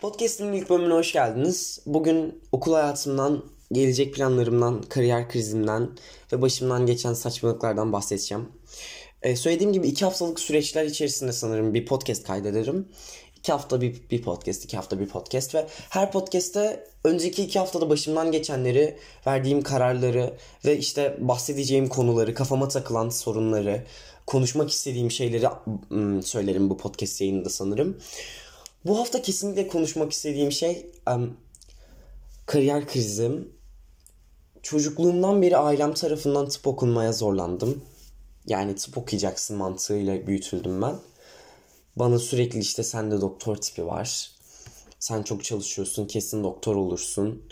Podcast'ın ilk bölümüne hoş geldiniz. Bugün okul hayatımdan, gelecek planlarımdan, kariyer krizimden ve başımdan geçen saçmalıklardan bahsedeceğim. Söylediğim gibi 2 haftalık süreçler içerisinde sanırım bir podcast kaydederim. 2 hafta bir podcast, 2 hafta bir podcast ve her podcast'te önceki 2 haftada başımdan geçenleri, verdiğim kararları ve işte bahsedeceğim konuları, kafama takılan sorunları, konuşmak istediğim şeyleri söylerim bu podcast yayınında sanırım. Bu hafta kesinlikle konuşmak istediğim şey kariyer krizim. Çocukluğumdan beri ailem tarafından tıp okunmaya zorlandım. Yani tıp okuyacaksın mantığıyla büyütüldüm ben. Bana sürekli işte sende doktor tipi var. Sen çok çalışıyorsun, kesin doktor olursun.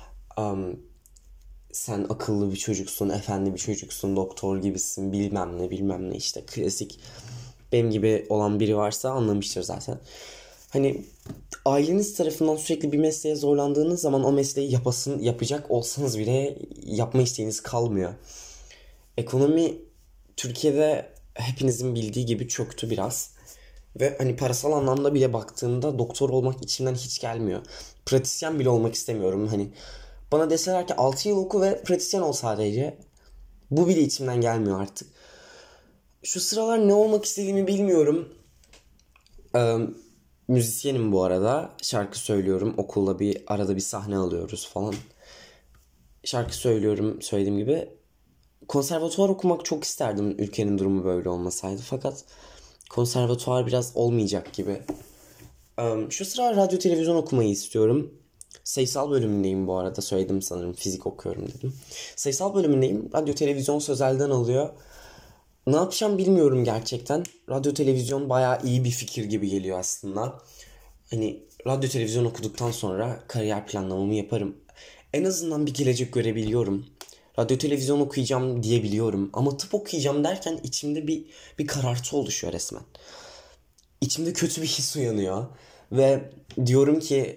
Sen akıllı bir çocuksun, efendi bir çocuksun, doktor gibisin, bilmem ne bilmem ne işte klasik. Benim gibi olan biri varsa anlamıştır zaten. Hani aileniz tarafından sürekli bir mesleğe zorlandığınız zaman o mesleği yapacak olsanız bile yapma isteğiniz kalmıyor. Ekonomi Türkiye'de hepinizin bildiği gibi çöktü biraz. Ve hani parasal anlamda bile baktığımda doktor olmak içimden hiç gelmiyor. Pratisyen bile olmak istemiyorum. Hani bana deseler ki 6 yıl oku ve pratisyen ol sadece. Bu bile içimden gelmiyor artık. Şu sıralar ne olmak istediğimi bilmiyorum. Ee, Müzisyenim bu arada. Şarkı söylüyorum. Okulda arada bir sahne alıyoruz falan. Şarkı söylüyorum söylediğim gibi. Konservatuvar okumak çok isterdim ülkenin durumu böyle olmasaydı. Fakat konservatuvar biraz olmayacak gibi. Şu sıra radyo televizyon okumayı istiyorum. Sayısal bölümündeyim bu arada, söyledim sanırım, fizik okuyorum dedim. Sayısal bölümündeyim. Radyo televizyon sözelden alıyor. Ne yapacağım bilmiyorum gerçekten. Radyo televizyon bayağı iyi bir fikir gibi geliyor aslında. Hani radyo televizyon okuduktan sonra kariyer planlamamı yaparım. En azından bir gelecek görebiliyorum. Radyo televizyon okuyacağım diyebiliyorum. Ama tıp okuyacağım derken içimde bir karartı oluşuyor resmen. İçimde kötü bir his uyanıyor. Ve diyorum ki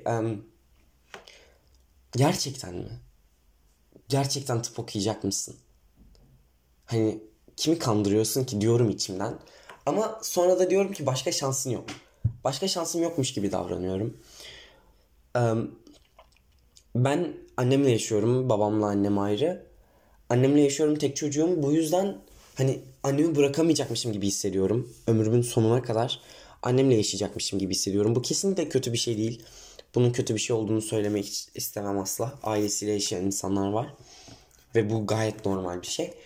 gerçekten mi? Gerçekten tıp okuyacak mısın? Hani kimi kandırıyorsun ki diyorum içimden. Ama sonra da diyorum ki başka şansın yok. Başka şansım yokmuş gibi davranıyorum. Ben annemle yaşıyorum. Babamla annem ayrı. Annemle yaşıyorum, tek çocuğum. Bu yüzden hani annemi bırakamayacakmışım gibi hissediyorum. Ömrümün sonuna kadar annemle yaşayacakmışım gibi hissediyorum. Bu kesinlikle kötü bir şey değil. Bunun kötü bir şey olduğunu söylemek hiç istemem asla. Ailesiyle yaşayan insanlar var. Ve bu gayet normal bir şey.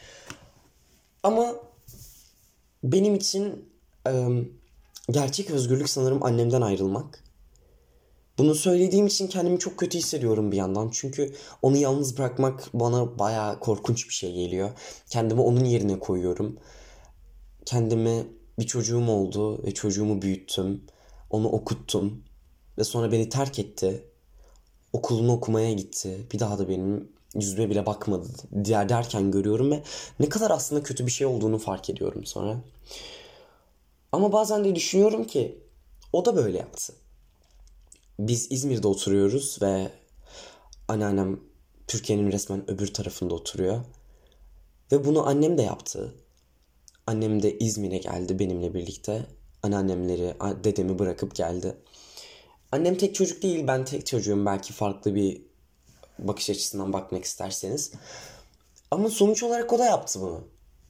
Ama benim için gerçek özgürlük sanırım annemden ayrılmak. Bunu söylediğim için kendimi çok kötü hissediyorum bir yandan. Çünkü onu yalnız bırakmak bana bayağı korkunç bir şey geliyor. Kendimi onun yerine koyuyorum. Kendime bir çocuğum oldu ve çocuğumu büyüttüm. Onu okuttum ve sonra beni terk etti. Okulunu okumaya gitti. Bir daha da benim yüzüme bile bakmadı derken görüyorum ve ne kadar aslında kötü bir şey olduğunu fark ediyorum sonra. Ama bazen de düşünüyorum ki o da böyle yaptı. Biz İzmir'de oturuyoruz ve anneannem Türkiye'nin resmen öbür tarafında oturuyor. Ve bunu annem de yaptı. Annem de İzmir'e geldi benimle birlikte. Anneannemleri, dedemi bırakıp geldi. Annem tek çocuk değil, ben tek çocuğum. Belki farklı bir bakış açısından bakmak isterseniz. Ama sonuç olarak o da yaptı bunu.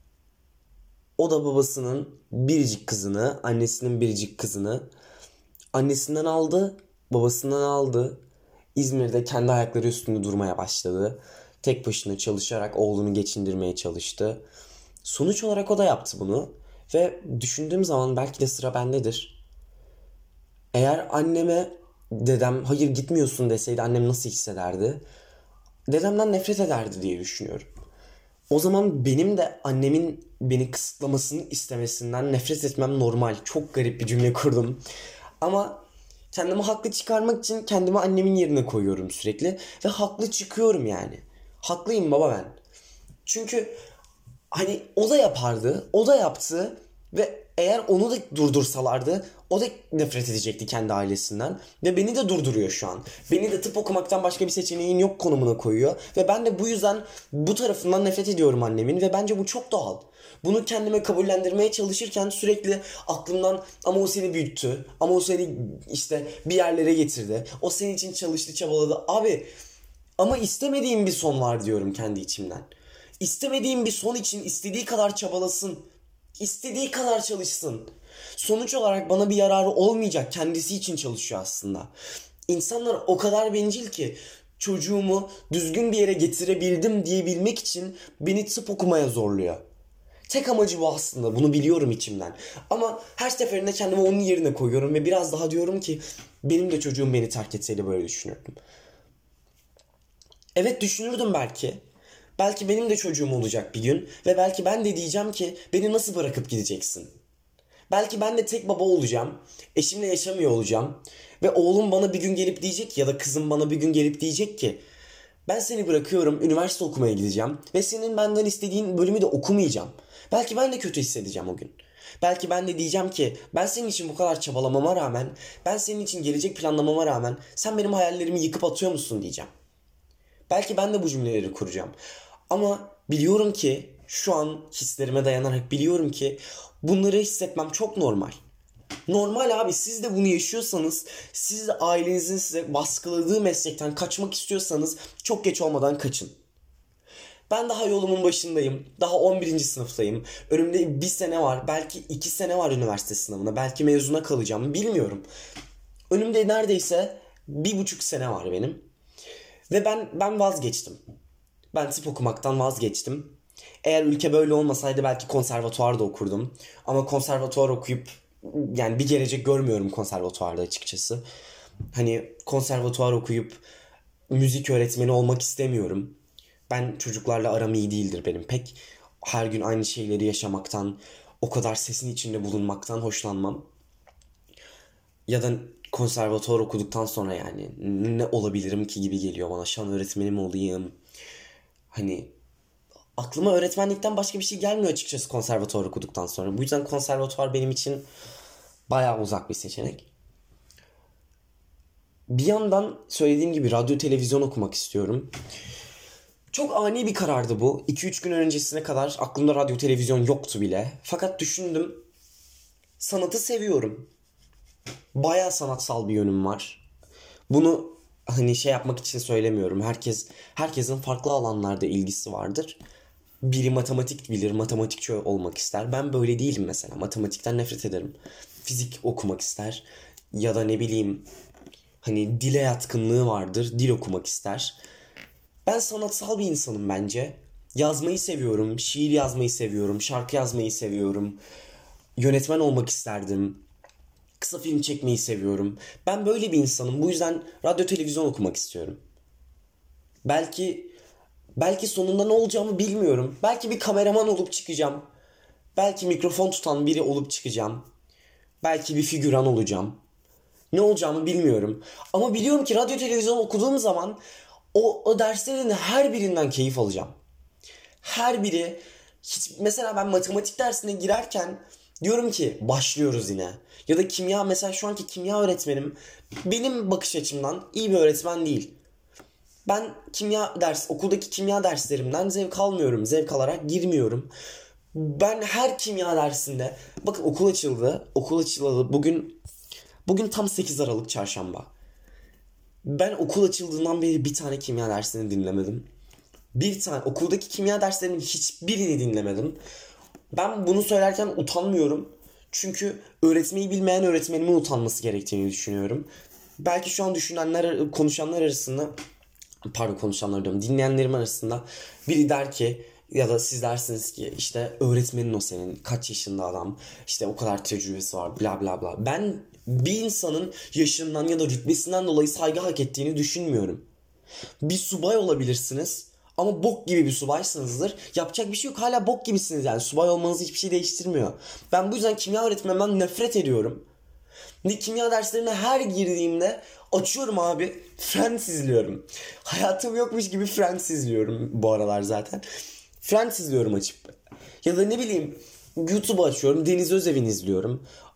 O da babasının biricik kızını, annesinin biricik kızını annesinden aldı, babasından aldı. İzmir'de kendi ayakları üstünde durmaya başladı. Tek başına çalışarak oğlunu geçindirmeye çalıştı. Sonuç olarak o da yaptı bunu. Ve düşündüğüm zaman belki de sıra bendedir. Eğer anneme dedem hayır gitmiyorsun deseydi annem nasıl hissederdi? Dedemden nefret ederdi diye düşünüyorum. O zaman benim de annemin beni kısıtlamasını istemesinden nefret etmem normal. Çok garip bir cümle kurdum. Ama kendimi haklı çıkarmak için kendimi annemin yerine koyuyorum sürekli. Ve haklı çıkıyorum yani. Haklıyım baba ben. Çünkü hani o da yapardı, o da yaptı ve eğer onu da durdursalardı O da nefret edecekti kendi ailesinden. Ve beni de durduruyor şu an. Beni de tıp okumaktan başka bir seçeneğin yok konumuna koyuyor. Ve ben de bu yüzden bu tarafından nefret ediyorum annemin. Ve bence bu çok doğal. Bunu kendime kabullendirmeye çalışırken sürekli aklımdan ama o seni büyüttü. Ama o seni işte bir yerlere getirdi. O senin için çalıştı, çabaladı. Abi ama istemediğim bir son var diyorum kendi içimden. İstemediğim bir son için istediği kadar çabalasın. İstediği kadar çalışsın. Sonuç olarak bana bir yararı olmayacak. Kendisi için çalışıyor aslında. İnsanlar o kadar bencil ki çocuğumu düzgün bir yere getirebildim diyebilmek için beni tıp okumaya zorluyor. Tek amacı bu aslında. Bunu biliyorum içimden. Ama her seferinde kendimi onun yerine koyuyorum ve biraz daha diyorum ki benim de çocuğum beni terk etseydi böyle düşünürdüm. Evet, düşünürdüm belki. Belki benim de çocuğum olacak bir gün ve belki ben de diyeceğim ki beni nasıl bırakıp gideceksin? Belki ben de tek baba olacağım. Eşimle yaşamıyor olacağım. Ve oğlum bana bir gün gelip diyecek ya da kızım bana bir gün gelip diyecek ki ben seni bırakıyorum, üniversite okumaya gideceğim ve senin benden istediğin bölümü de okumayacağım. Belki ben de kötü hissedeceğim o gün. Belki ben de diyeceğim ki ben senin için bu kadar çabalamama rağmen, ben senin için gelecek planlamama rağmen sen benim hayallerimi yıkıp atıyor musun diyeceğim. Belki ben de bu cümleleri kuracağım. Ama biliyorum ki şu an hislerime dayanarak biliyorum ki bunları hissetmem çok normal. Normal abi, siz de bunu yaşıyorsanız, siz de ailenizin size baskıladığı meslekten kaçmak istiyorsanız çok geç olmadan kaçın. Ben daha yolumun başındayım. Daha 11. sınıftayım. Önümde bir sene var. Belki 2 sene var üniversite sınavına. Belki mezuna kalacağım. Bilmiyorum. Önümde neredeyse 1,5 sene var benim. Ve ben vazgeçtim. Ben tıp okumaktan vazgeçtim. Eğer ülke böyle olmasaydı belki konservatuvarda okurdum. Ama konservatuvar okuyup yani bir gelecek görmüyorum konservatuvarda açıkçası. Hani konservatuvar okuyup müzik öğretmeni olmak istemiyorum. Ben çocuklarla aram iyi değildir benim pek. Her gün aynı şeyleri yaşamaktan, o kadar sesin içinde bulunmaktan hoşlanmam. Ya da konservatuvar okuduktan sonra yani ne olabilirim ki gibi geliyor bana. Şan öğretmeni mi olayım? Hani aklıma öğretmenlikten başka bir şey gelmiyor açıkçası konservatuvar okuduktan sonra. Bu yüzden konservatuvar benim için bayağı uzak bir seçenek. Bir yandan söylediğim gibi radyo televizyon okumak istiyorum. Çok ani bir karardı bu. 2-3 gün öncesine kadar aklımda radyo televizyon yoktu bile. Fakat düşündüm. Sanatı seviyorum. Bayağı sanatsal bir yönüm var. Bunu hani şey yapmak için söylemiyorum. Herkesin farklı alanlarda ilgisi vardır. Biri matematik bilir, matematikçi olmak ister. Ben böyle değilim mesela. Matematikten nefret ederim. Fizik okumak ister. Ya da ne bileyim hani dile yatkınlığı vardır. Dil okumak ister. Ben sanatsal bir insanım bence. Yazmayı seviyorum, şiir yazmayı seviyorum, şarkı yazmayı seviyorum. Yönetmen olmak isterdim. Kısa film çekmeyi seviyorum. Ben böyle bir insanım. Bu yüzden radyo televizyon okumak istiyorum. Belki sonunda ne olacağımı bilmiyorum. Belki bir kameraman olup çıkacağım. Belki mikrofon tutan biri olup çıkacağım. Belki bir figüran olacağım. Ne olacağımı bilmiyorum. Ama biliyorum ki radyo televizyon okuduğum zaman o derslerin her birinden keyif alacağım. Her biri mesela ben matematik dersine girerken diyorum ki başlıyoruz yine. Ya da kimya, mesela şu anki kimya öğretmenim benim bakış açımdan iyi bir öğretmen değil. Ben okuldaki kimya derslerimden zevk almıyorum. Zevk alarak girmiyorum. Ben her kimya dersinde bakın okul açıldı. Okul açılalı bugün tam 8 Aralık çarşamba. Ben okul açıldığından beri bir tane kimya dersini dinlemedim. Bir tane okuldaki kimya derslerinin hiçbirini dinlemedim. Ben bunu söylerken utanmıyorum. Çünkü öğretmeyi bilmeyen öğretmenimin utanması gerektiğini düşünüyorum. Belki şu an konuşanlar arasında, konuşanlar diyorum, dinleyenlerim arasında biri der ki ya da siz dersiniz ki işte öğretmenin o senin, kaç yaşında adam, işte o kadar tecrübesi var, bla bla bla. Ben bir insanın yaşından ya da rütbesinden dolayı saygı hak ettiğini düşünmüyorum. Bir subay olabilirsiniz ama bok gibi bir subaysınızdır. Yapacak bir şey yok, hala bok gibisiniz yani. Subay olmanız hiçbir şey değiştirmiyor. Ben bu yüzden kimya öğretmeninden nefret ediyorum. Kimya derslerine her girdiğimde açıyorum abi, Friends izliyorum. Hayatım yokmuş gibi Friends izliyorum bu aralar zaten. Friends izliyorum açıp. Ya da ne bileyim YouTube'u açıyorum, Deniz Özevin izliyorum.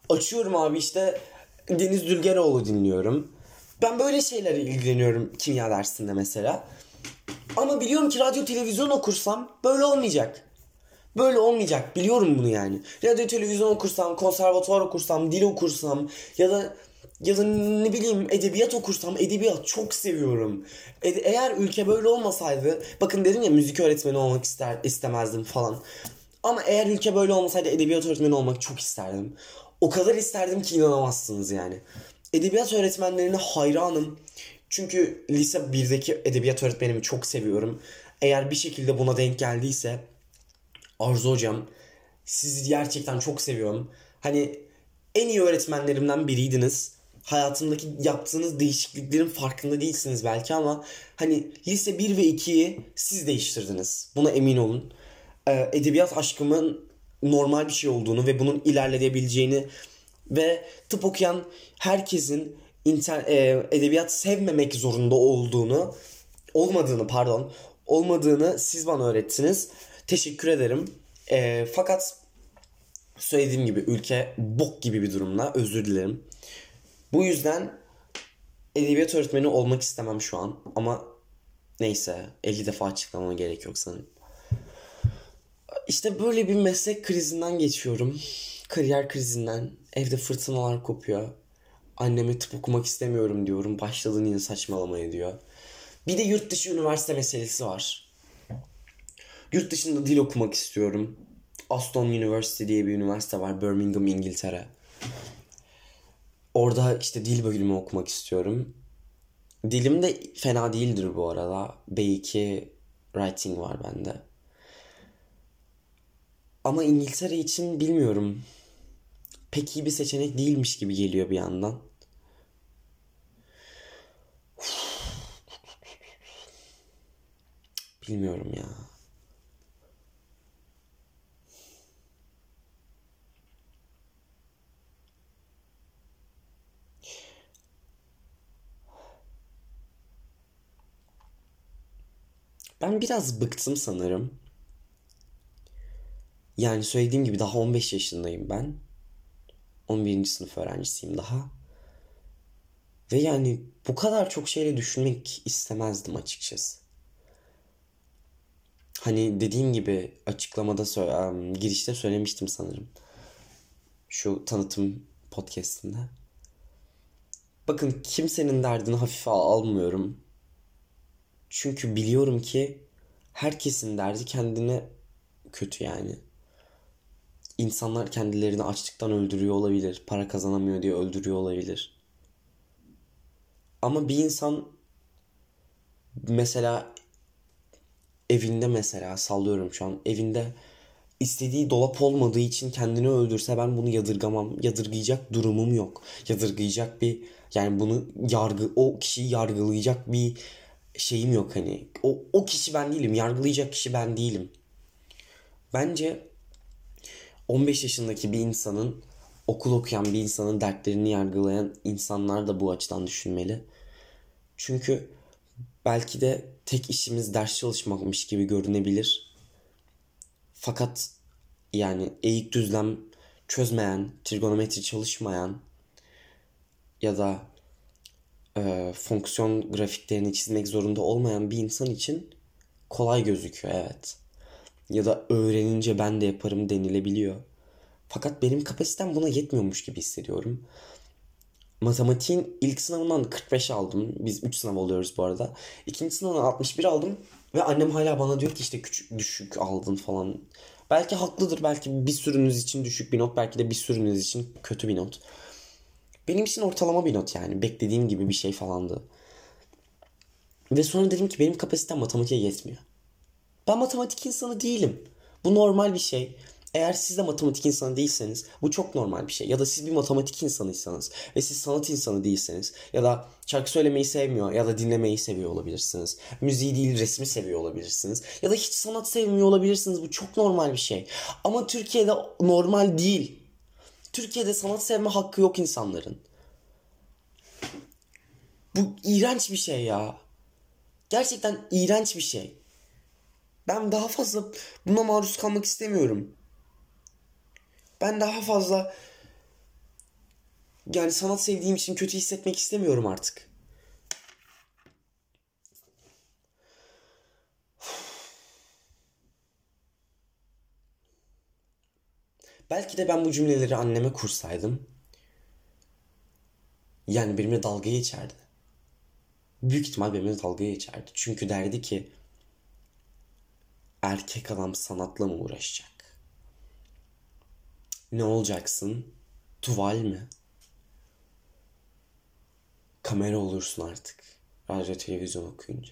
Açıyorum abi işte Deniz Dülgeroğlu dinliyorum. Ben böyle şeylerle ilgileniyorum kimya dersinde mesela. Ama biliyorum ki radyo televizyon okursam böyle olmayacak. Böyle olmayacak. Biliyorum bunu yani. Radyo televizyon okursam, konservatuvar okursam, dil okursam ya da ne bileyim edebiyat okursam, edebiyat çok seviyorum. Eğer ülke böyle olmasaydı, bakın dedim ya müzik öğretmeni olmak istemezdim falan. Ama eğer ülke böyle olmasaydı edebiyat öğretmeni olmak çok isterdim. O kadar isterdim ki inanamazsınız yani. Edebiyat öğretmenlerine hayranım. Çünkü lise birdeki edebiyat öğretmenimi çok seviyorum. Eğer bir şekilde buna denk geldiyse Arzu hocam, sizi gerçekten çok seviyorum. Hani en iyi öğretmenlerimden biriydiniz. Hayatımdaki yaptığınız değişikliklerin farkında değilsiniz belki ama hani lise bir ve 2'yi siz değiştirdiniz. Buna emin olun. Edebiyat aşkımın normal bir şey olduğunu ve bunun ilerleyebileceğini ve tıp okuyan herkesin edebiyat sevmemek zorunda olmadığını siz bana öğrettiniz. Teşekkür ederim. Fakat söylediğim gibi ülke bok gibi bir durumda. Özür dilerim. Bu yüzden edebiyat öğretmeni olmak istemem şu an. Ama neyse 50 defa açıklamama gerek yok sanırım. İşte böyle bir meslek krizinden geçiyorum. Kariyer krizinden. Evde fırtınalar kopuyor. Anneme tıp okumak istemiyorum diyorum. Başladın yine saçmalamaya diyor. Bir de yurt dışı üniversite meselesi var. Yurt dışında dil okumak istiyorum. Aston University diye bir üniversite var. Birmingham, İngiltere. Orada işte dil bölümü okumak istiyorum. Dilim de fena değildir bu arada. B2 writing var bende. Ama İngiltere için bilmiyorum. Pek iyi bir seçenek değilmiş gibi geliyor bir yandan. Bilmiyorum ya. Ben biraz bıktım sanırım. Yani söylediğim gibi daha 15 yaşındayım ben. 11. sınıf öğrencisiyim daha. Ve yani bu kadar çok şeyle düşünmek istemezdim açıkçası. Hani dediğim gibi girişte söylemiştim sanırım. Şu tanıtım podcastinde. Bakın kimsenin derdini hafife almıyorum. Çünkü biliyorum ki herkesin derdi kendine kötü yani. İnsanlar kendilerini açlıktan öldürüyor olabilir. Para kazanamıyor diye öldürüyor olabilir. Ama bir insan mesela mesela sallıyorum şu an evinde istediği dolap olmadığı için kendini öldürse ben bunu yadırgamam. Yadırgayacak durumum yok. Yadırgayacak bir yani o kişiyi yargılayacak bir şeyim yok hani. O kişi ben değilim. Yargılayacak kişi ben değilim. Bence 15 yaşındaki bir insanın okul okuyan bir insanın dertlerini yargılayan insanlar da bu açıdan düşünmeli. Çünkü belki de tek işimiz ders çalışmakmış gibi görünebilir. Fakat yani eğik düzlem çözmeyen, trigonometri çalışmayan ya da fonksiyon grafiklerini çizmek zorunda olmayan bir insan için kolay gözüküyor, evet. Ya da öğrenince ben de yaparım denilebiliyor. Fakat benim kapasitem buna yetmiyormuş gibi hissediyorum. Matematiğin ilk sınavından 45 aldım. Biz 3 sınav oluyoruz bu arada. İkinci sınavdan 61 aldım. Ve annem hala bana diyor ki işte küçük düşük aldın falan. Belki haklıdır. Belki bir sürünüz için düşük bir not. Belki de bir sürünüz için kötü bir not. Benim için ortalama bir not yani. Beklediğim gibi bir şey falandı. Ve sonra dedim ki benim kapasitem matematiğe yetmiyor. Ben matematik insanı değilim. Bu normal bir şey. Eğer siz de matematik insanı değilseniz bu çok normal bir şey. Ya da siz bir matematik insanıysanız ve siz sanat insanı değilseniz ya da şarkı söylemeyi sevmiyor ya da dinlemeyi seviyor olabilirsiniz. Müziği değil resmi seviyor olabilirsiniz. Ya da hiç sanat sevmiyor olabilirsiniz. Bu çok normal bir şey. Ama Türkiye'de normal değil. Türkiye'de sanat sevme hakkı yok insanların. Bu iğrenç bir şey ya. Gerçekten iğrenç bir şey. Ben daha fazla buna maruz kalmak istemiyorum. Ben daha fazla Yani sanat sevdiğim için kötü hissetmek istemiyorum artık. Belki de ben bu cümleleri anneme kursaydım, yani benimle dalga geçerdi. Büyük ihtimal benimle dalga geçerdi. Çünkü derdi ki erkek adam sanatla mı uğraşacak? Ne olacaksın? Tuval mi? Kamera olursun artık. Radyo televizyon okuyunca.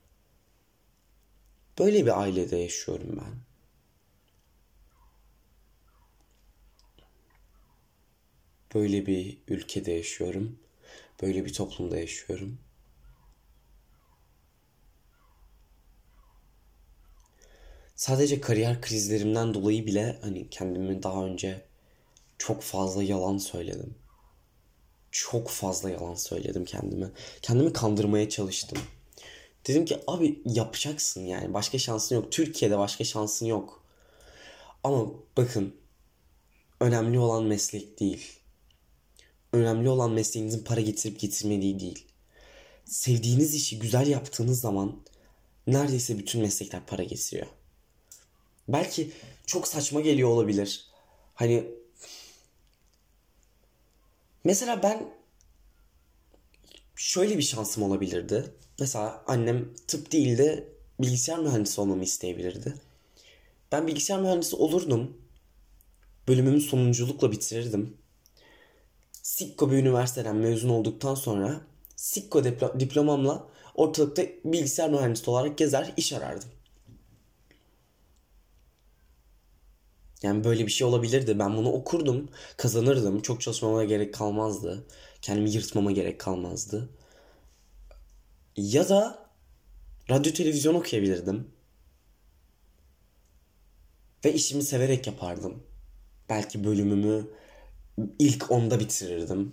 Böyle bir ailede yaşıyorum ben. Böyle bir ülkede yaşıyorum. Böyle bir toplumda yaşıyorum. Sadece kariyer krizlerimden dolayı bile hani kendimi daha önce çok fazla yalan söyledim. Çok fazla yalan söyledim kendime. Kendimi kandırmaya çalıştım. Dedim ki abi yapacaksın yani. Başka şansın yok. Türkiye'de başka şansın yok. Ama bakın, önemli olan meslek değil. Önemli olan mesleğinizin para getirip getirmediği değil. Sevdiğiniz işi güzel yaptığınız zaman neredeyse bütün meslekler para getiriyor. Belki çok saçma geliyor olabilir. Hani mesela ben şöyle bir şansım olabilirdi. Mesela annem tıp değil de bilgisayar mühendisi olmamı isteyebilirdi. Ben bilgisayar mühendisi olurdum. Bölümümü sonunculukla bitirirdim. Sikko bir üniversiteden mezun olduktan sonra Sikko diplomamla ortalıkta bilgisayar mühendisi olarak gezer iş arardım. Yani böyle bir şey olabilirdi. Ben bunu okurdum, kazanırdım. Çok çalışmama gerek kalmazdı. Kendimi yırtmama gerek kalmazdı. Ya da radyo televizyon okuyabilirdim. Ve işimi severek yapardım. Belki bölümümü ilk onda bitirirdim.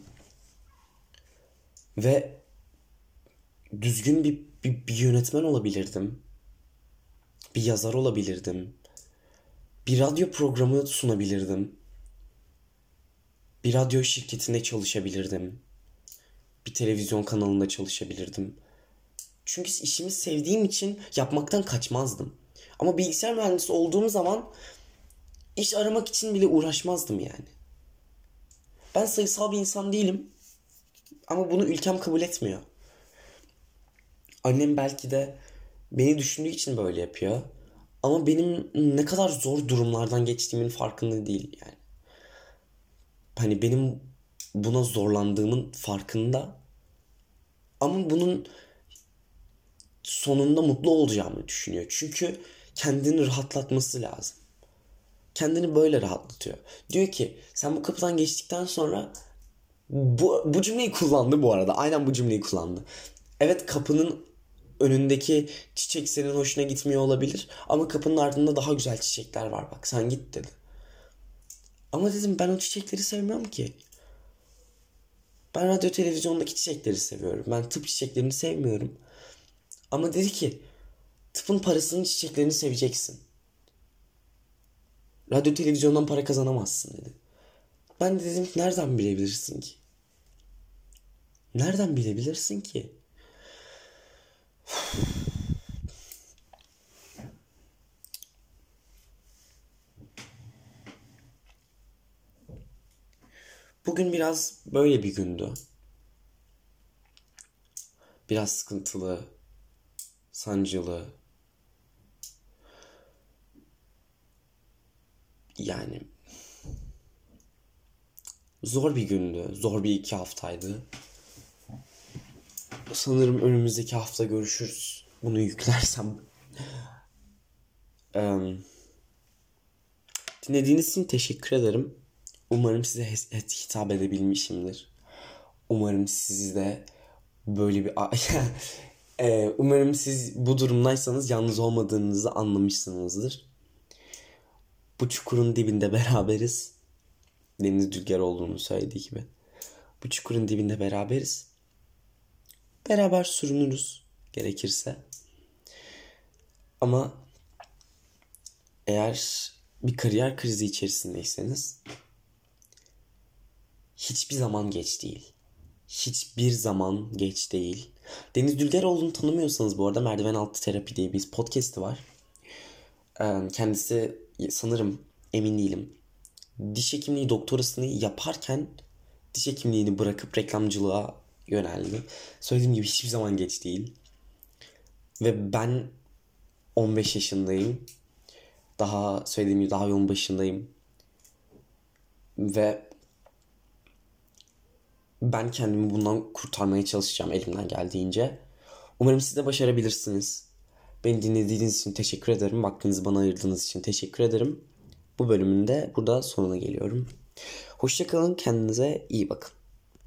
Ve düzgün bir yönetmen olabilirdim. Bir yazar olabilirdim. Bir radyo programı sunabilirdim. Bir radyo şirketinde çalışabilirdim. Bir televizyon kanalında çalışabilirdim. Çünkü işimi sevdiğim için yapmaktan kaçmazdım. Ama bilgisayar mühendisi olduğum zaman iş aramak için bile uğraşmazdım yani. Ben sayısal bir insan değilim. Ama bunu ülkem kabul etmiyor. Annem belki de beni düşündüğü için böyle yapıyor. Ama benim ne kadar zor durumlardan geçtiğimin farkında değil yani. Hani benim buna zorlandığımın farkında. Ama bunun sonunda mutlu olacağımı düşünüyor. Çünkü kendini rahatlatması lazım. Kendini böyle rahatlatıyor. Diyor ki sen bu kapıdan geçtikten sonra bu cümleyi kullandı bu arada. Aynen bu cümleyi kullandı. Evet, kapının önündeki çiçek senin hoşuna gitmiyor olabilir. Ama kapının ardında daha güzel çiçekler var, bak sen git dedi. Ama dedim ben o çiçekleri sevmiyorum ki. Ben radyo televizyondaki çiçekleri seviyorum. Ben tıp çiçeklerini sevmiyorum. Ama dedi ki tıpın parasının çiçeklerini seveceksin. Radyo televizyondan para kazanamazsın dedi. Ben de dedim nereden bilebilirsin ki? Nereden bilebilirsin ki? Bugün biraz böyle bir gündü. Biraz sıkıntılı, sancılı. Yani zor bir gündü. Zor bir 2 haftaydı. Sanırım önümüzdeki hafta görüşürüz. Bunu yüklersem. Dinlediğiniz için teşekkür ederim. Umarım size hitap edebilmişimdir. Umarım siz de böyle bir... Umarım siz bu durumdaysanız yalnız olmadığınızı anlamışsınızdır. Bu çukurun dibinde beraberiz. Deniz Dülgeroğlu'nun söylediği gibi. Bu çukurun dibinde beraberiz. Beraber sürünürüz gerekirse. Ama eğer bir kariyer krizi içerisindeyseniz hiçbir zaman geç değil. Hiçbir zaman geç değil. Deniz Dülgeroğlu'nu tanımıyorsanız bu arada Merdiven Altı Terapi diye bir podcast'i var. Kendisi sanırım, emin değilim, diş hekimliği doktorasını yaparken diş hekimliğini bırakıp reklamcılığa yöneldi. Söylediğim gibi hiçbir zaman geç değil. Ve ben 15 yaşındayım. Daha söylediğim gibi daha yolun başındayım. Ve ben kendimi bundan kurtarmaya çalışacağım elimden geldiğince. Umarım siz de başarabilirsiniz. Beni dinlediğiniz için teşekkür ederim. Vaktinizi bana ayırdığınız için teşekkür ederim. Bu bölümün de burada sonuna geliyorum. Hoşça kalın, kendinize iyi bakın.